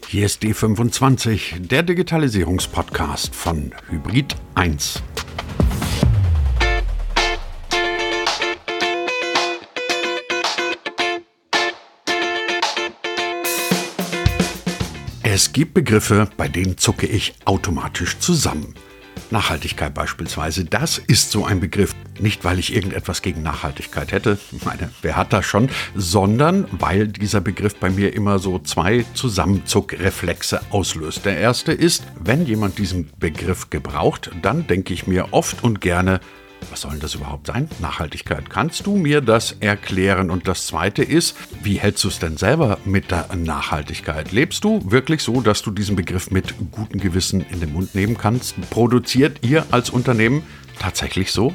Hier ist D25, der Digitalisierungspodcast von Hybrid 1. Es gibt Begriffe, bei denen zucke ich automatisch zusammen. Nachhaltigkeit beispielsweise, das ist so ein Begriff. Nicht, weil ich irgendetwas gegen Nachhaltigkeit hätte, ich meine, wer hat das schon, sondern weil dieser Begriff bei mir immer so zwei Zusammenzuckreflexe auslöst. Der erste ist, wenn jemand diesen Begriff gebraucht, dann denke ich mir oft und gerne, was soll denn das überhaupt sein? Nachhaltigkeit. Kannst du mir das erklären? Und das Zweite ist, wie hältst du es denn selber mit der Nachhaltigkeit? Lebst du wirklich so, dass du diesen Begriff mit gutem Gewissen in den Mund nehmen kannst? Produziert ihr als Unternehmen tatsächlich so?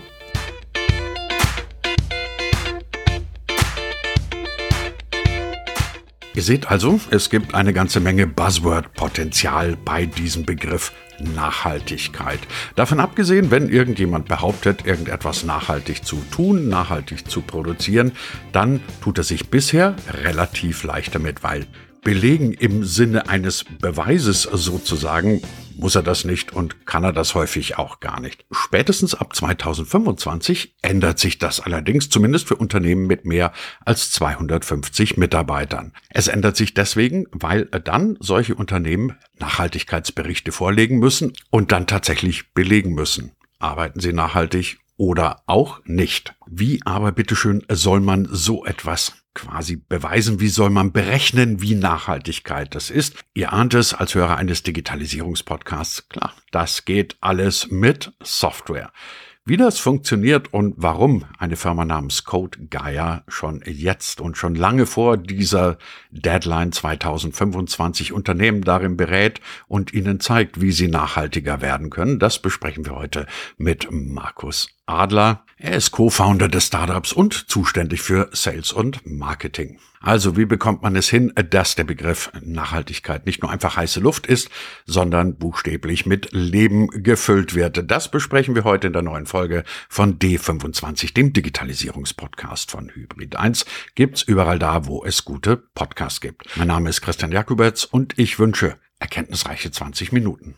Ihr seht also, es gibt eine ganze Menge Buzzword-Potenzial bei diesem Begriff Nachhaltigkeit. Davon abgesehen, wenn irgendjemand behauptet, irgendetwas nachhaltig zu tun, nachhaltig zu produzieren, dann tut er sich bisher relativ leicht damit, weil belegen im Sinne eines Beweises sozusagen muss er das nicht und kann er das häufig auch gar nicht. Spätestens ab 2025 ändert sich das allerdings, zumindest für Unternehmen mit mehr als 250 Mitarbeitern. Es ändert sich deswegen, weil dann solche Unternehmen Nachhaltigkeitsberichte vorlegen müssen und dann tatsächlich belegen müssen. Arbeiten sie nachhaltig oder auch nicht? Wie aber bitteschön soll man so etwas quasi beweisen? Wie soll man berechnen, wie Nachhaltigkeit das ist? Ihr ahnt es als Hörer eines Digitalisierungspodcasts. Klar, das geht alles mit Software. Wie das funktioniert und warum eine Firma namens CodeGaia schon jetzt und schon lange vor dieser Deadline 2025 Unternehmen darin berät und ihnen zeigt, wie sie nachhaltiger werden können, das besprechen wir heute mit Markus Adler. Er ist Co-Founder des Startups und zuständig für Sales und Marketing. Also, wie bekommt man es hin, dass der Begriff Nachhaltigkeit nicht nur einfach heiße Luft ist, sondern buchstäblich mit Leben gefüllt wird? Das besprechen wir heute in der neuen Folge von D25, dem Digitalisierungspodcast von Hybrid 1. Gibt's überall da, wo es gute Podcasts gibt. Mein Name ist Christian Jakubetz und ich wünsche erkenntnisreiche 20 Minuten.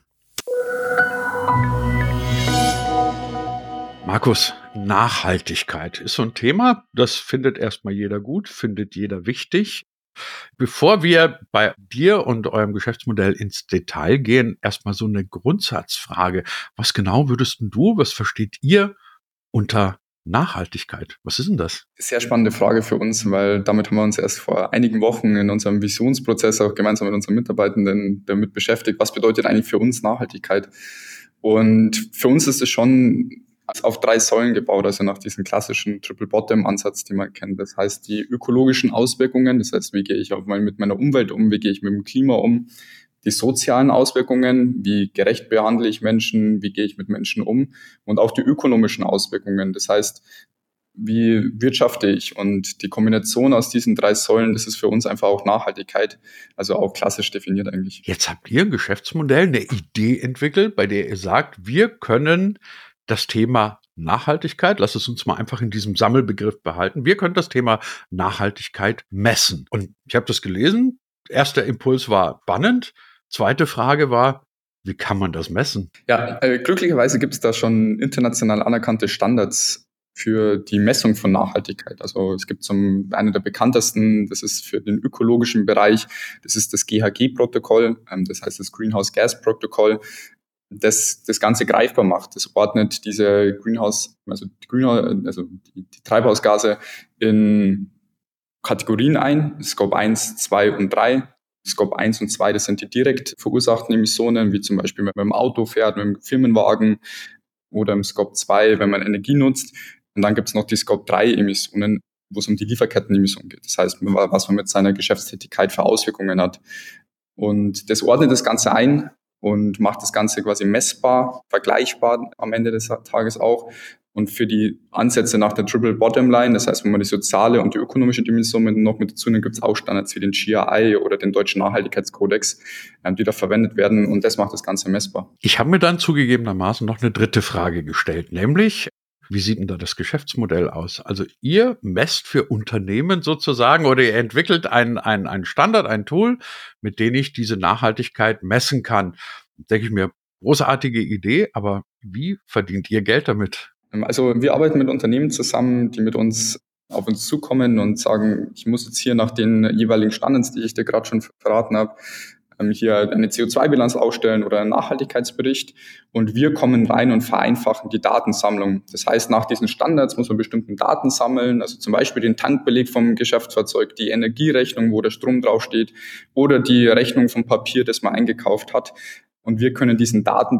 Markus, Nachhaltigkeit ist so ein Thema, das findet erstmal jeder gut, findet jeder wichtig. Bevor wir bei dir und eurem Geschäftsmodell ins Detail gehen, erstmal so eine Grundsatzfrage. Was genau was versteht ihr unter Nachhaltigkeit? Was ist denn das? Sehr spannende Frage für uns, weil damit haben wir uns erst vor einigen Wochen in unserem Visionsprozess auch gemeinsam mit unseren Mitarbeitenden damit beschäftigt. Was bedeutet eigentlich für uns Nachhaltigkeit? Und für uns ist es schon auf 3 Säulen gebaut, also nach diesem klassischen Triple-Bottom-Ansatz, den man kennt. Das heißt, die ökologischen Auswirkungen, das heißt, wie gehe ich auch mal mit meiner Umwelt um, wie gehe ich mit dem Klima um, die sozialen Auswirkungen, wie gerecht behandle ich Menschen, wie gehe ich mit Menschen um und auch die ökonomischen Auswirkungen, das heißt, wie wirtschafte ich, und die Kombination aus diesen 3 Säulen, das ist für uns einfach auch Nachhaltigkeit, also auch klassisch definiert eigentlich. Jetzt habt ihr ein Geschäftsmodell, eine Idee entwickelt, bei der ihr sagt, wir können das Thema Nachhaltigkeit, lass es uns mal einfach in diesem Sammelbegriff behalten, wir können das Thema Nachhaltigkeit messen. Und ich habe das gelesen, erster Impuls war spannend, zweite Frage war, wie kann man das messen? Ja, glücklicherweise gibt es da schon international anerkannte Standards für die Messung von Nachhaltigkeit. Also es gibt einer der bekanntesten, das ist für den ökologischen Bereich, das ist das GHG-Protokoll, das heißt das Greenhouse Gas Protokoll, das Ganze greifbar macht. Das ordnet diese die Treibhausgase in Kategorien ein, Scope 1, 2 und 3. Scope 1 und 2, das sind die direkt verursachten Emissionen, wie zum Beispiel, wenn man mit dem Auto fährt, mit dem Firmenwagen, oder im Scope 2, wenn man Energie nutzt. Und dann gibt es noch die Scope 3 Emissionen, wo es um die Lieferkettenemissionen geht. Das heißt, was man mit seiner Geschäftstätigkeit für Auswirkungen hat. Und das ordnet das Ganze ein und macht das Ganze quasi messbar, vergleichbar am Ende des Tages auch. Und für die Ansätze nach der Triple Bottom Line, das heißt, wenn man die soziale und die ökonomische Dimension noch mit dazu nimmt, gibt es auch Standards wie den GRI oder den Deutschen Nachhaltigkeitskodex, die da verwendet werden. Und das macht das Ganze messbar. Ich habe mir dann zugegebenermaßen noch eine dritte Frage gestellt, nämlich, Wie sieht denn da das Geschäftsmodell aus? Also ihr messt für Unternehmen sozusagen oder ihr entwickelt einen Standard, ein Tool, mit dem ich diese Nachhaltigkeit messen kann. Denke ich mir, großartige Idee, aber wie verdient ihr Geld damit? Also wir arbeiten mit Unternehmen zusammen, die mit uns auf uns zukommen und sagen, ich muss jetzt hier nach den jeweiligen Standards, die ich dir gerade schon verraten habe, hier eine CO2-Bilanz ausstellen oder einen Nachhaltigkeitsbericht. Und wir kommen rein und vereinfachen die Datensammlung. Das heißt, nach diesen Standards muss man bestimmte Daten sammeln, also zum Beispiel den Tankbeleg vom Geschäftsfahrzeug, die Energierechnung, wo der Strom draufsteht, oder die Rechnung vom Papier, das man eingekauft hat. Und wir können diesen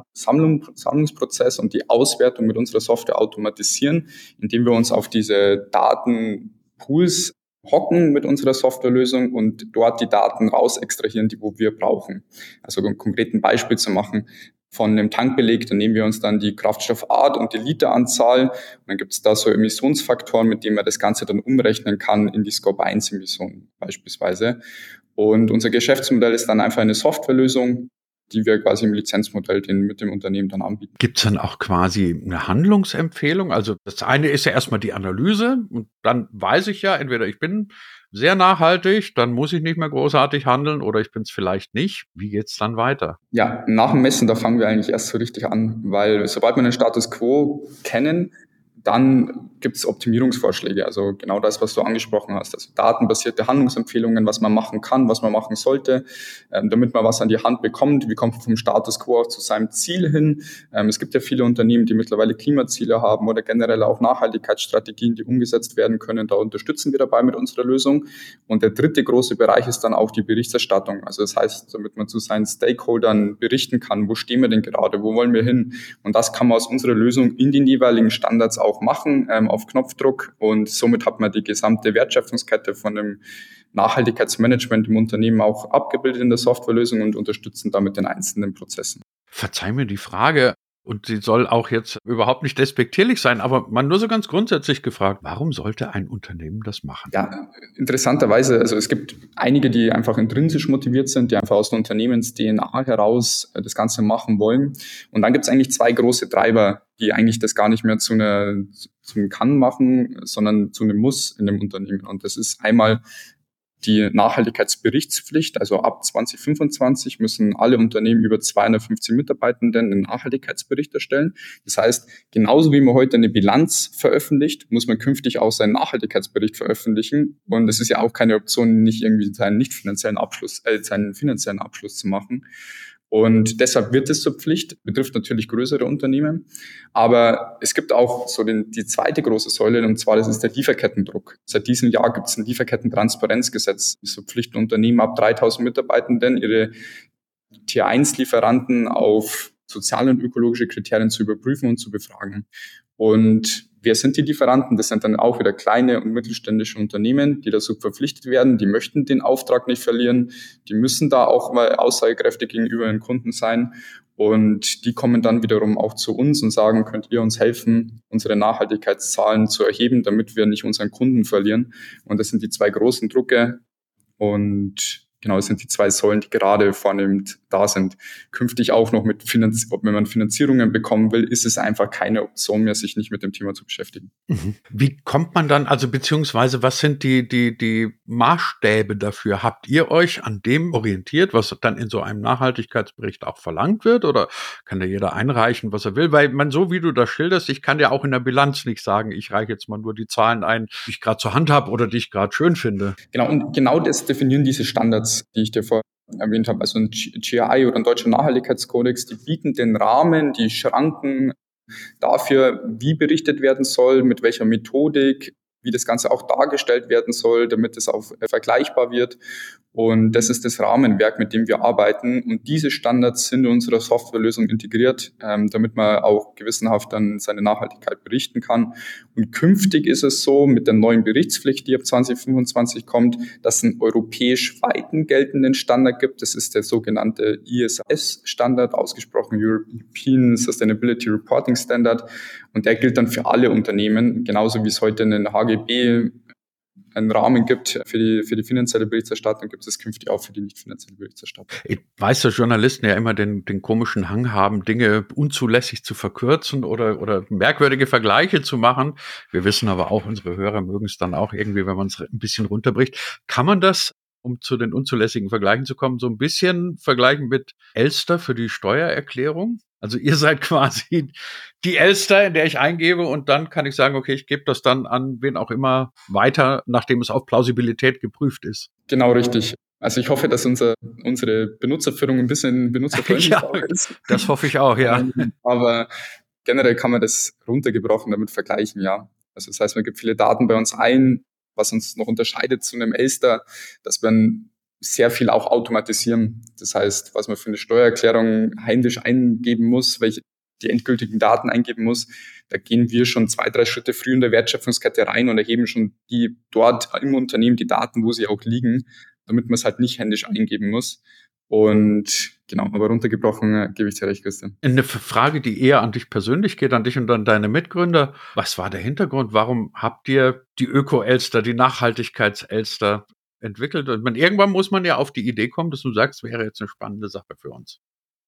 Datensammlungsprozess und die Auswertung mit unserer Software automatisieren, indem wir uns auf diese Datenpools hocken mit unserer Softwarelösung und dort die Daten raus extrahieren, die wo wir brauchen. Also um ein konkretes Beispiel zu machen, von einem Tankbeleg, dann nehmen wir uns dann die Kraftstoffart und die Literanzahl. Und dann gibt es da so Emissionsfaktoren, mit denen man das Ganze dann umrechnen kann in die Scope-1-Emissionen beispielsweise. Und unser Geschäftsmodell ist dann einfach eine Softwarelösung, die wir quasi im Lizenzmodell mit dem Unternehmen dann anbieten. Gibt es dann auch quasi eine Handlungsempfehlung? Also das eine ist ja erstmal die Analyse und dann weiß ich ja, entweder ich bin sehr nachhaltig, dann muss ich nicht mehr großartig handeln oder ich bin es vielleicht nicht. Wie geht's dann weiter? Ja, nach dem Messen, da fangen wir eigentlich erst so richtig an, weil sobald wir den Status Quo kennen, dann gibt es Optimierungsvorschläge, also genau das, was du angesprochen hast, also datenbasierte Handlungsempfehlungen, was man machen kann, was man machen sollte, damit man was an die Hand bekommt. Wie kommt man vom Status Quo auch zu seinem Ziel hin? Es gibt ja viele Unternehmen, die mittlerweile Klimaziele haben oder generell auch Nachhaltigkeitsstrategien, die umgesetzt werden können. Da unterstützen wir dabei mit unserer Lösung. Und der dritte große Bereich ist dann auch die Berichterstattung. Also das heißt, damit man zu seinen Stakeholdern berichten kann, wo stehen wir denn gerade, wo wollen wir hin? Und das kann man aus unserer Lösung in den jeweiligen Standards auch machen, auf Knopfdruck, und somit hat man die gesamte Wertschöpfungskette von dem Nachhaltigkeitsmanagement im Unternehmen auch abgebildet in der Softwarelösung und unterstützen damit den einzelnen Prozessen. Verzeih mir die Frage, und sie soll auch jetzt überhaupt nicht despektierlich sein, aber man nur so ganz grundsätzlich gefragt, warum sollte ein Unternehmen das machen? Ja, interessanterweise, also es gibt einige, die einfach intrinsisch motiviert sind, die einfach aus der Unternehmens-DNA heraus das Ganze machen wollen. Und dann gibt es eigentlich zwei große Treiber, die eigentlich das gar nicht mehr zu einem Kann machen, sondern zu einem Muss in dem Unternehmen. Und das ist einmal die Nachhaltigkeitsberichtspflicht, also ab 2025 müssen alle Unternehmen über 250 Mitarbeitenden einen Nachhaltigkeitsbericht erstellen. Das heißt, genauso wie man heute eine Bilanz veröffentlicht, muss man künftig auch seinen Nachhaltigkeitsbericht veröffentlichen. Und es ist ja auch keine Option, nicht irgendwie seinen finanziellen Abschluss zu machen. Und deshalb wird es zur Pflicht, betrifft natürlich größere Unternehmen. Aber es gibt auch so die zweite große Säule, und zwar das ist der Lieferkettendruck. Seit diesem Jahr gibt es ein Lieferkettentransparenzgesetz. Es verpflichtet Unternehmen ab 3000 Mitarbeitenden, ihre Tier-1-Lieferanten auf soziale und ökologische Kriterien zu überprüfen und zu befragen. Und wer sind die Lieferanten? Das sind dann auch wieder kleine und mittelständische Unternehmen, die dazu verpflichtet werden. Die möchten den Auftrag nicht verlieren. Die müssen da auch mal aussagekräftig gegenüber den Kunden sein. Und die kommen dann wiederum auch zu uns und sagen, könnt ihr uns helfen, unsere Nachhaltigkeitszahlen zu erheben, damit wir nicht unseren Kunden verlieren. Und das sind die zwei großen Drucke. Und genau, das sind die zwei Säulen, die gerade vornehmend da sind. Künftig auch noch wenn man Finanzierungen bekommen will, ist es einfach keine Option mehr, sich nicht mit dem Thema zu beschäftigen. Wie kommt man dann, also beziehungsweise was sind die Maßstäbe dafür? Habt ihr euch an dem orientiert, was dann in so einem Nachhaltigkeitsbericht auch verlangt wird? Oder kann da jeder einreichen, was er will? Weil man, so wie du das schilderst, ich kann ja auch in der Bilanz nicht sagen, ich reiche jetzt mal nur die Zahlen ein, die ich gerade zur Hand habe oder die ich gerade schön finde. Genau, und genau das definieren diese Standards, die ich dir vorher erwähnt habe. Also ein GRI oder ein deutscher Nachhaltigkeitskodex, die bieten den Rahmen, die Schranken dafür, wie berichtet werden soll, mit welcher Methodik, wie das Ganze auch dargestellt werden soll, damit es auch vergleichbar wird. Und das ist das Rahmenwerk, mit dem wir arbeiten. Und diese Standards sind in unserer Softwarelösung integriert, damit man auch gewissenhaft dann seine Nachhaltigkeit berichten kann. Und künftig ist es so, mit der neuen Berichtspflicht, die ab 2025 kommt, dass es einen europäisch weiten geltenden Standard gibt. Das ist der sogenannte ISS-Standard, ausgesprochen European Sustainability Reporting Standard. Und der gilt dann für alle Unternehmen, genauso wie es heute einen HGB einen Rahmen gibt für die finanzielle Berichterstattung, gibt es künftig auch für die nicht finanzielle Berichterstattung. Ich weiß, dass Journalisten ja immer den komischen Hang haben, Dinge unzulässig zu verkürzen oder merkwürdige Vergleiche zu machen. Wir wissen aber auch, unsere Hörer mögen es dann auch irgendwie, wenn man es ein bisschen runterbricht. Kann man das, um zu den unzulässigen Vergleichen zu kommen, so ein bisschen vergleichen mit Elster für die Steuererklärung? Also ihr seid quasi die Elster, in der ich eingebe, und dann kann ich sagen, okay, ich gebe das dann an wen auch immer weiter, nachdem es auf Plausibilität geprüft ist. Genau, richtig. Also ich hoffe, dass unsere Benutzerführung ein bisschen benutzerfreundlich Ja, ist. das hoffe ich auch, ja. Aber generell kann man das runtergebrochen damit vergleichen, ja. Also das heißt, man gibt viele Daten bei uns ein, was uns noch unterscheidet zu einem Elster, dass man sehr viel auch automatisieren. Das heißt, was man für eine Steuererklärung händisch eingeben muss, welche die endgültigen Daten eingeben muss, da gehen wir schon 2, 3 Schritte früh in der Wertschöpfungskette rein und erheben schon die dort im Unternehmen die Daten, wo sie auch liegen, damit man es halt nicht händisch eingeben muss. Und genau, aber runtergebrochen gebe ich dir recht, Christian. Eine Frage, die eher an dich persönlich geht, an dich und an deine Mitgründer. Was war der Hintergrund? Warum habt ihr die Öko-Elster, die Nachhaltigkeits-Elster entwickelt? Und irgendwann muss man ja auf die Idee kommen, dass du sagst, wäre jetzt eine spannende Sache für uns.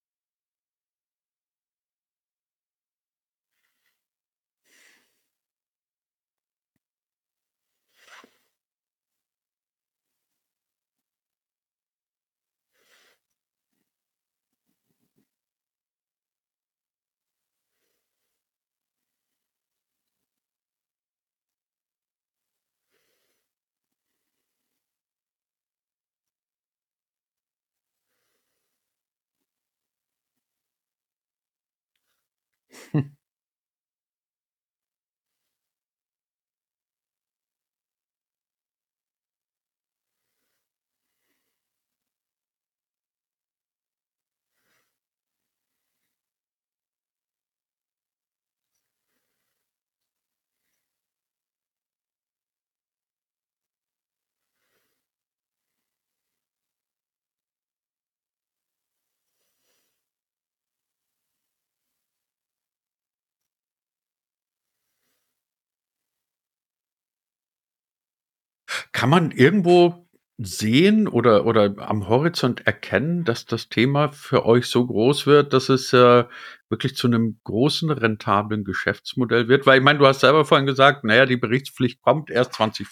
Kann man irgendwo sehen oder am Horizont erkennen, dass das Thema für euch so groß wird, dass es wirklich zu einem großen, rentablen Geschäftsmodell wird? Weil ich meine, du hast selber vorhin gesagt, naja, die Berichtspflicht kommt erst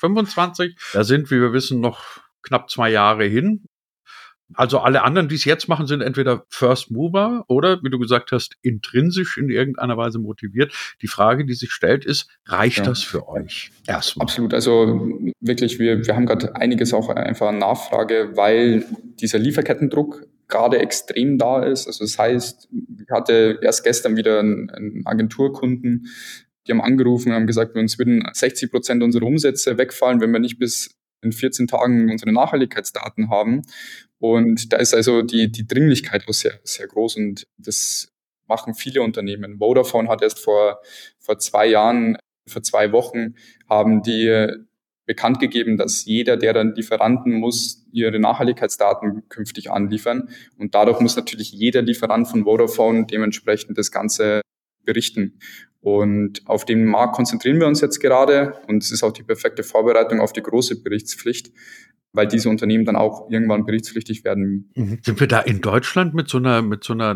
2025. Da sind, wie wir wissen, noch knapp 2 Jahre hin. Also alle anderen, die es jetzt machen, sind entweder First Mover oder, wie du gesagt hast, intrinsisch in irgendeiner Weise motiviert. Die Frage, die sich stellt, ist, reicht das für euch erstmal? Absolut. Also wirklich, wir haben gerade einiges auch einfach an Nachfrage, weil dieser Lieferkettendruck gerade extrem da ist. Also das heißt, ich hatte erst gestern wieder einen Agenturkunden, die haben angerufen und haben gesagt, uns würden 60% unserer Umsätze wegfallen, wenn wir nicht bis in 14 Tagen unsere Nachhaltigkeitsdaten haben. Und da ist also die Dringlichkeit auch sehr, sehr groß und das machen viele Unternehmen. Vodafone hat erst vor 2 Jahren, vor 2 Wochen, haben die bekannt gegeben, dass jeder deren Lieferanten muss ihre Nachhaltigkeitsdaten künftig anliefern. Und dadurch muss natürlich jeder Lieferant von Vodafone dementsprechend das Ganze berichten. Und auf den Markt konzentrieren wir uns jetzt gerade. Und es ist auch die perfekte Vorbereitung auf die große Berichtspflicht, weil diese Unternehmen dann auch irgendwann berichtspflichtig werden. Sind wir da in Deutschland mit so einer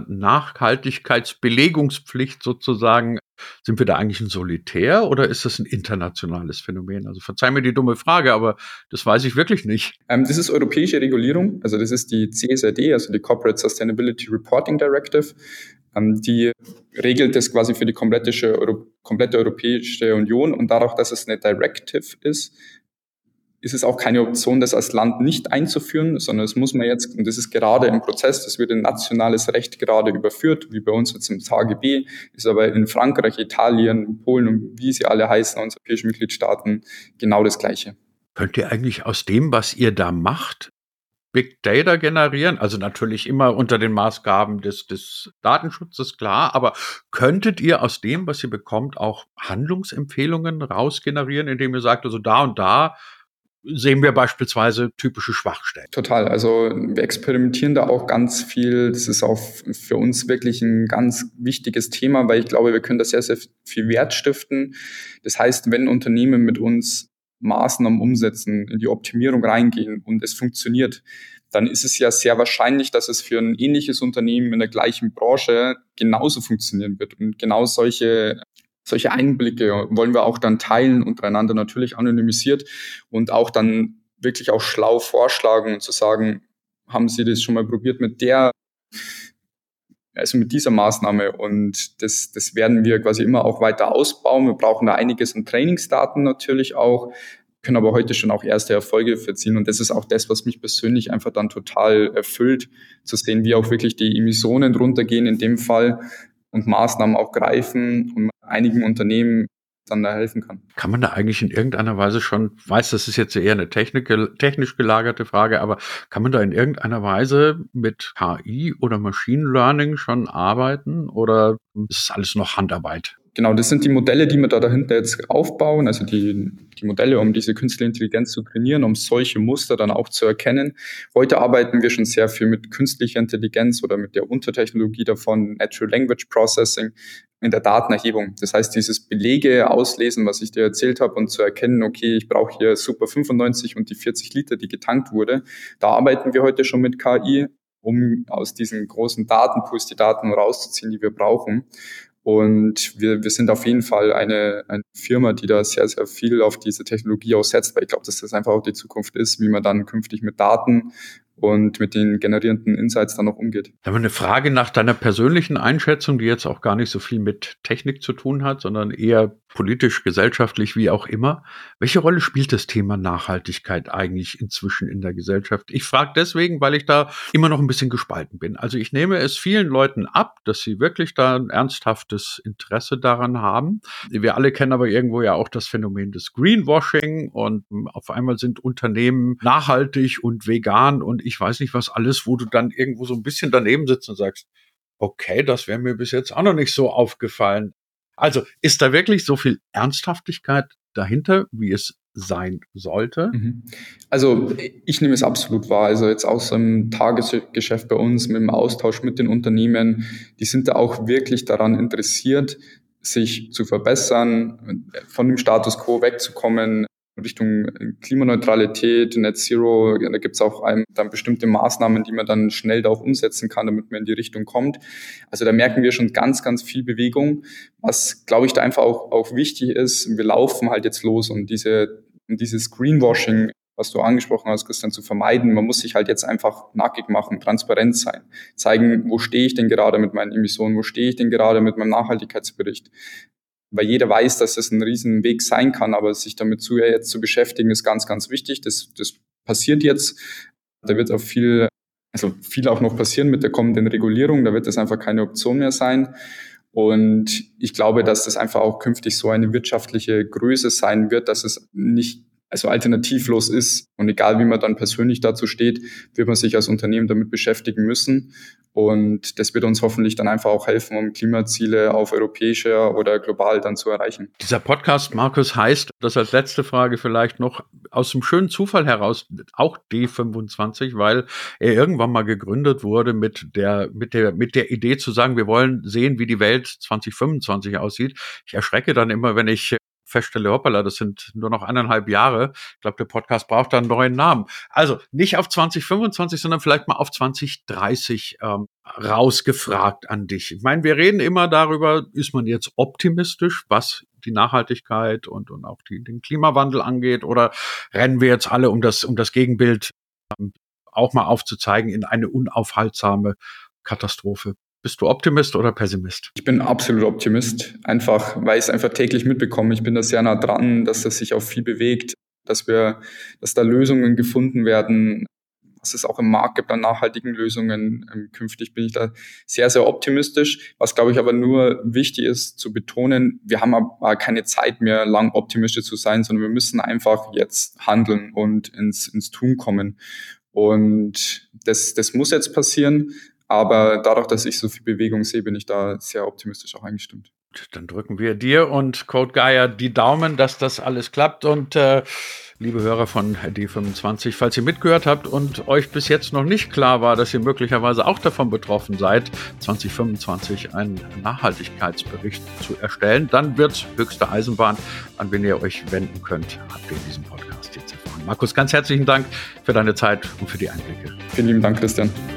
Nachhaltigkeitsbelegungspflicht sozusagen, sind wir da eigentlich ein Solitär oder ist das ein internationales Phänomen? Also verzeih mir die dumme Frage, aber das weiß ich wirklich nicht. Das ist europäische Regulierung, also das ist die CSRD, also die Corporate Sustainability Reporting Directive. Die regelt das quasi für die komplette Europäische Union und dadurch, dass es eine Directive ist es auch keine Option, das als Land nicht einzuführen, sondern das muss man jetzt, und das ist gerade im Prozess, das wird in nationales Recht gerade überführt, wie bei uns jetzt im HGB, ist aber in Frankreich, Italien, Polen und wie sie alle heißen, unsere europäischen Mitgliedstaaten, genau das Gleiche. Könnt ihr eigentlich aus dem, was ihr da macht, Big Data generieren? Also natürlich immer unter den Maßgaben des Datenschutzes, klar, aber könntet ihr aus dem, was ihr bekommt, auch Handlungsempfehlungen rausgenerieren, indem ihr sagt, also da und da sehen wir beispielsweise typische Schwachstellen? Total. Also wir experimentieren da auch ganz viel. Das ist auch für uns wirklich ein ganz wichtiges Thema, weil ich glaube, wir können da sehr, sehr viel Wert stiften. Das heißt, wenn Unternehmen mit uns Maßnahmen umsetzen, in die Optimierung reingehen und es funktioniert, dann ist es ja sehr wahrscheinlich, dass es für ein ähnliches Unternehmen in der gleichen Branche genauso funktionieren wird. Und genau solche Einblicke wollen wir auch dann teilen, untereinander natürlich anonymisiert und auch dann wirklich auch schlau vorschlagen und zu sagen, haben Sie das schon mal probiert mit dieser Maßnahme, und das werden wir quasi immer auch weiter ausbauen. Wir brauchen da einiges an Trainingsdaten natürlich auch, können aber heute schon auch erste Erfolge verziehen, und das ist auch das, was mich persönlich einfach dann total erfüllt, zu sehen, wie auch wirklich die Emissionen runtergehen in dem Fall und Maßnahmen auch greifen und einigen Unternehmen dann da helfen kann. Kann man da eigentlich in irgendeiner Weise schon, weiß, das ist jetzt eher eine technisch gelagerte Frage, aber kann man da in irgendeiner Weise mit KI oder Machine Learning schon arbeiten oder ist es alles noch Handarbeit? Genau, das sind die Modelle, die wir da dahinter jetzt aufbauen, also die Modelle, um diese künstliche Intelligenz zu trainieren, um solche Muster dann auch zu erkennen. Heute arbeiten wir schon sehr viel mit künstlicher Intelligenz oder mit der Untertechnologie davon, Natural Language Processing, in der Datenerhebung. Das heißt, dieses Belege auslesen, was ich dir erzählt habe, und zu erkennen, okay, ich brauche hier Super 95 und die 40 Liter, die getankt wurde. Da arbeiten wir heute schon mit KI, um aus diesen großen Datenpools die Daten rauszuziehen, die wir brauchen. Und wir sind auf jeden Fall eine Firma, die da sehr, sehr viel auf diese Technologie auch setzt, weil ich glaube, dass das einfach auch die Zukunft ist, wie man dann künftig mit Daten und mit den generierenden Insights dann noch umgeht. Da haben wir eine Frage nach deiner persönlichen Einschätzung, die jetzt auch gar nicht so viel mit Technik zu tun hat, sondern eher politisch, gesellschaftlich, wie auch immer. Welche Rolle spielt das Thema Nachhaltigkeit eigentlich inzwischen in der Gesellschaft? Ich frage deswegen, weil ich da immer noch ein bisschen gespalten bin. Also ich nehme es vielen Leuten ab, dass sie wirklich da ein ernsthaftes Interesse daran haben. Wir alle kennen aber irgendwo ja auch das Phänomen des Greenwashing, und auf einmal sind Unternehmen nachhaltig und vegan und ich weiß nicht was alles, wo du dann irgendwo so ein bisschen daneben sitzt und sagst, okay, das wäre mir bis jetzt auch noch nicht so aufgefallen. Also ist da wirklich so viel Ernsthaftigkeit dahinter, wie es sein sollte? Also ich nehme es absolut wahr. Also jetzt aus dem Tagesgeschäft bei uns, mit dem Austausch mit den Unternehmen, die sind da auch wirklich daran interessiert, sich zu verbessern, von dem Status quo wegzukommen, Richtung Klimaneutralität, Net Zero. Da gibt es auch dann bestimmte Maßnahmen, die man dann schnell da auch umsetzen kann, damit man in die Richtung kommt. Also da merken wir schon ganz, ganz viel Bewegung. Was, glaube ich, da einfach auch wichtig ist, wir laufen halt jetzt los, und dieses Greenwashing, was du angesprochen hast, Christian, zu vermeiden. Man muss sich halt jetzt einfach nackig machen, transparent sein, zeigen, wo stehe ich denn gerade mit meinen Emissionen, wo stehe ich denn gerade mit meinem Nachhaltigkeitsbericht. Weil jeder weiß, dass das ein Riesenweg sein kann, aber sich damit jetzt zu beschäftigen, ist ganz, ganz wichtig. Das passiert jetzt. Da wird auch viel auch noch passieren mit der kommenden Regulierung. Da wird das einfach keine Option mehr sein. Und ich glaube, dass das einfach auch künftig so eine wirtschaftliche Größe sein wird, dass es nicht alternativlos ist. Und egal, wie man dann persönlich dazu steht, wird man sich als Unternehmen damit beschäftigen müssen. Und das wird uns hoffentlich dann einfach auch helfen, um Klimaziele auf europäischer oder global dann zu erreichen. Dieser Podcast, Markus, heißt, das als letzte Frage vielleicht noch, aus dem schönen Zufall heraus auch D25, weil er irgendwann mal gegründet wurde mit der Idee zu sagen, wir wollen sehen, wie die Welt 2025 aussieht. Ich erschrecke dann immer, wenn ich feststelle, hoppala, das sind nur noch 1,5 Jahre. Ich glaube, der Podcast braucht da einen neuen Namen. Also nicht auf 2025, sondern vielleicht mal auf 2030 rausgefragt an dich. Ich meine, wir reden immer darüber, ist man jetzt optimistisch, was die Nachhaltigkeit und auch den Klimawandel angeht, oder rennen wir jetzt alle, um das Gegenbild auch mal aufzuzeigen, in eine unaufhaltsame Katastrophe? Bist du Optimist oder Pessimist? Ich bin absolut Optimist, einfach weil ich es einfach täglich mitbekomme. Ich bin da sehr nah dran, dass das sich auch viel bewegt, dass da Lösungen gefunden werden, dass es auch im Markt gibt an nachhaltigen Lösungen. Künftig bin ich da sehr, sehr optimistisch. Was, glaube ich, aber nur wichtig ist zu betonen, wir haben aber keine Zeit mehr, lang optimistisch zu sein, sondern wir müssen einfach jetzt handeln und ins Tun kommen. Und das muss jetzt passieren. Aber dadurch, dass ich so viel Bewegung sehe, bin ich da sehr optimistisch auch eingestimmt. Dann drücken wir dir und Code Gaia die Daumen, dass das alles klappt. Und Liebe Hörer von D25, falls ihr mitgehört habt und euch bis jetzt noch nicht klar war, dass ihr möglicherweise auch davon betroffen seid, 2025 einen Nachhaltigkeitsbericht zu erstellen, dann wird höchste Eisenbahn, an wen ihr euch wenden könnt, habt ihr in diesem Podcast jetzt erfahren. Markus, ganz herzlichen Dank für deine Zeit und für die Einblicke. Vielen lieben Dank, Christian.